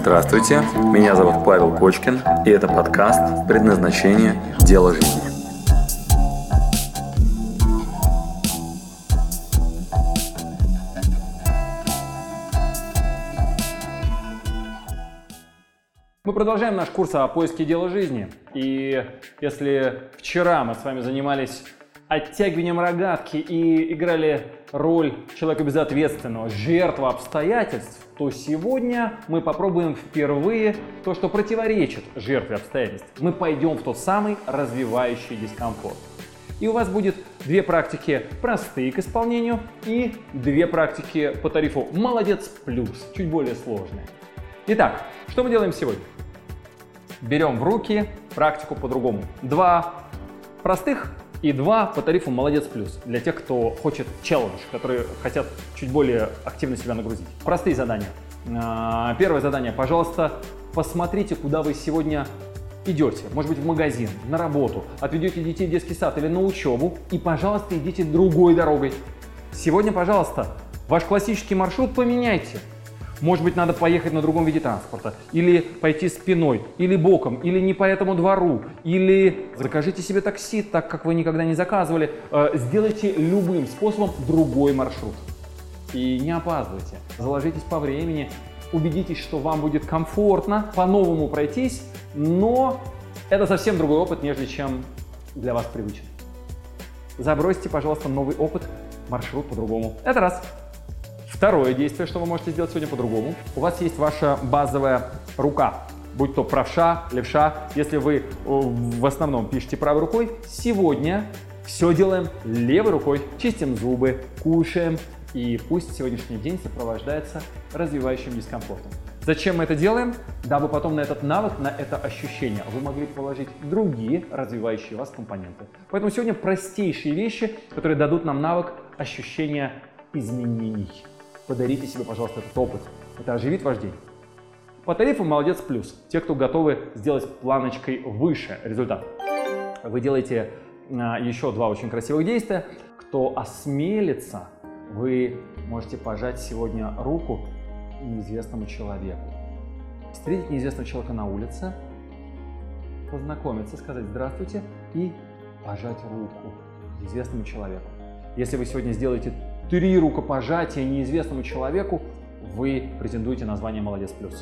Здравствуйте, меня зовут Павел Кочкин, и это подкаст «Предназначение. Дело жизни». Мы продолжаем наш курс о поиске дела жизни. И если вчера мы с вами занимались оттягиванием рогатки и играли роль человека безответственного, жертвы обстоятельств, то сегодня мы попробуем впервые то, что противоречит жертве обстоятельств. Мы пойдем в тот самый развивающий дискомфорт. И у вас будет две практики простые к исполнению и две практики по тарифу «Молодец плюс», чуть более сложные. Итак, что мы делаем сегодня? Берем в руки практику по-другому. Два простых и два по тарифу «Молодец плюс» для тех, кто хочет челлендж, которые хотят чуть более активно себя нагрузить. Простые задания. Первое задание. Пожалуйста, посмотрите, куда вы сегодня идете. Может быть, в магазин, на работу, отведете детей в детский сад или на учебу. И, пожалуйста, идите другой дорогой. Сегодня, пожалуйста, ваш классический маршрут поменяйте. Может быть, надо поехать на другом виде транспорта, или пойти спиной, или боком, или не по этому двору, или закажите себе такси, так как вы никогда не заказывали. Сделайте любым способом другой маршрут. И не опаздывайте, заложитесь по времени, убедитесь, что вам будет комфортно по-новому пройтись, но это совсем другой опыт, нежели чем для вас привычный. Забросьте, пожалуйста, новый опыт, маршрут по-другому. Это раз. Второе действие, что вы можете сделать сегодня по-другому. У вас есть ваша базовая рука, будь то правша, левша. Если вы в основном пишете правой рукой, сегодня все делаем левой рукой. Чистим зубы, кушаем. И пусть сегодняшний день сопровождается развивающим дискомфортом. Зачем мы это делаем? Дабы потом на этот навык, на это ощущение вы могли положить другие развивающие вас компоненты. Поэтому сегодня простейшие вещи, которые дадут нам навык ощущения изменений. Подарите себе, пожалуйста, этот опыт. Это оживит ваш день. По тарифу «Молодец плюс». Те, кто готовы сделать планочкой выше результат. Вы делаете еще два очень красивых действия. Кто осмелится, вы можете пожать сегодня руку неизвестному человеку. Встретить неизвестного человека на улице, познакомиться, сказать «здравствуйте» и пожать руку неизвестному человеку. Если вы сегодня сделаете 3 рукопожатия неизвестному человеку, вы претендуете на звание «Молодец плюс».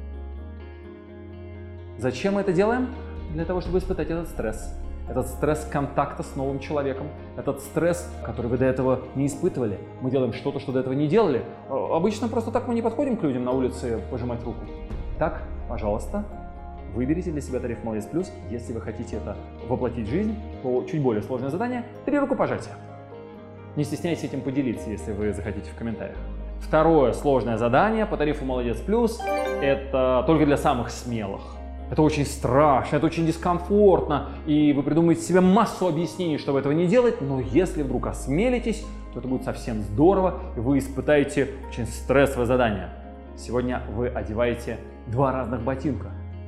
Зачем мы это делаем? Для того, чтобы испытать этот стресс. Этот стресс контакта с новым человеком. Этот стресс, который вы до этого не испытывали. Мы делаем что-то, что до этого не делали. Обычно просто так мы не подходим к людям на улице пожимать руку. Так, пожалуйста, выберите для себя тариф «Молодец плюс». Если вы хотите это воплотить в жизнь, то чуть более сложное задание – 3 рукопожатия. Не стесняйтесь этим поделиться, если вы захотите в комментариях. Второе сложное задание по тарифу «Молодец плюс» – это только для самых смелых. Это очень страшно, это очень дискомфортно, и вы придумаете себе массу объяснений, чтобы этого не делать, но если вдруг осмелитесь, то это будет совсем здорово, и вы испытаете очень стрессовое задание. Сегодня вы одеваете 2 разных ботинка.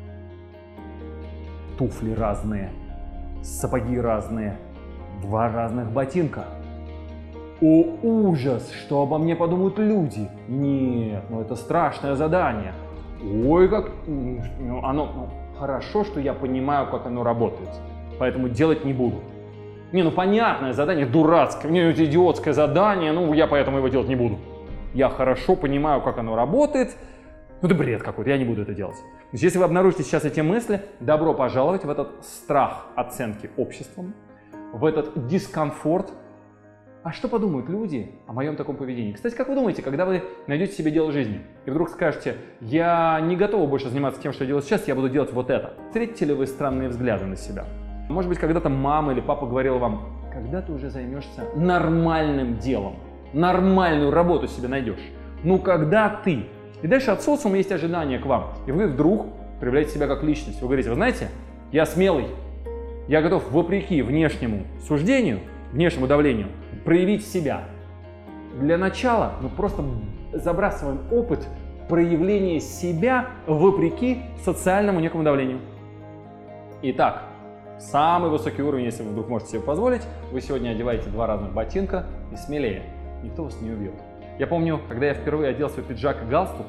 Туфли разные, сапоги разные, 2 разных ботинка. О, ужас, что обо мне подумают люди. Нет, это страшное задание. Ой, как... Хорошо, что я понимаю, как оно работает. Поэтому делать не буду. Понятное задание, дурацкое, это идиотское задание, я поэтому его делать не буду. Я хорошо понимаю, как оно работает. Это бред какой-то, я не буду это делать. То есть, если вы обнаружите сейчас эти мысли, добро пожаловать в этот страх оценки обществом, в этот дискомфорт. А что подумают люди о моем таком поведении? Кстати, как вы думаете, когда вы найдете себе дело жизни и вдруг скажете, я не готова больше заниматься тем, что я делаю сейчас, я буду делать вот это. Встретите ли вы странные взгляды на себя? Может быть, когда-то мама или папа говорила вам, когда ты уже займешься нормальным делом, нормальную работу себе найдешь? Когда ты? И дальше от социума есть ожидания к вам, и вы вдруг проявляете себя как личность. Вы говорите, вы знаете, я смелый, я готов вопреки внешнему суждению, внешнему давлению, проявить себя. Для начала мы просто забрасываем опыт проявления себя вопреки социальному некому давлению. Итак, самый высокий уровень, если вы вдруг можете себе позволить, вы сегодня одеваете 2 разных ботинка и смелее. Никто вас не убьет. Я помню, когда я впервые одел свой пиджак и галстук,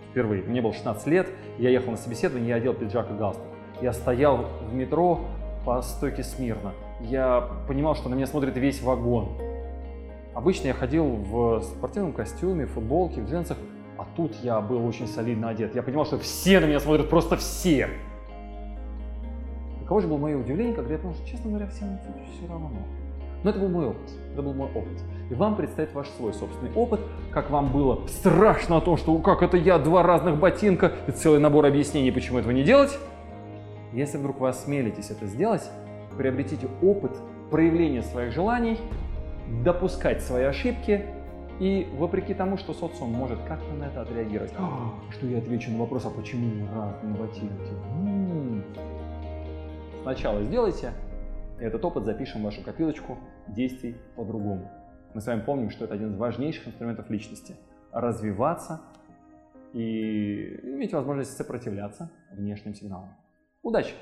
впервые. Мне было 16 лет, я ехал на собеседование, я одел пиджак и галстук. Я стоял в метро по стойке смирно. Я понимал, что на меня смотрит весь вагон. Обычно я ходил в спортивном костюме, в футболке, в джинсах, а тут я был очень солидно одет. Я понимал, что все на меня смотрят, просто все. Каково же было мое удивление, когда я понял, что, честно говоря, всем все равно. Но это был мой опыт. Это был мой опыт. И вам предстоит ваш свой собственный опыт, как вам было страшно о том, что как это я, 2 разных ботинка, и целый набор объяснений, почему этого не делать. Если вдруг вы осмелитесь это сделать, приобретите опыт проявления своих желаний, допускать свои ошибки и, вопреки тому, что социум может как-то на это отреагировать. Что я отвечу на вопрос, а почему разные ботинки? Сначала сделайте, и этот опыт запишем в вашу копилочку действий по-другому. Мы с вами помним, что это один из важнейших инструментов личности. Развиваться и иметь возможность сопротивляться внешним сигналам. Удачи!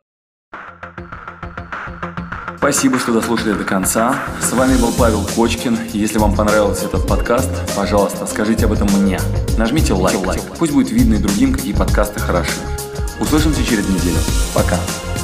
Спасибо, что дослушали до конца. С вами был Павел Кочкин. Если вам понравился этот подкаст, пожалуйста, скажите об этом мне. Нажмите лайк. Пусть будет видно и другим, какие подкасты хороши. Услышимся через неделю. Пока.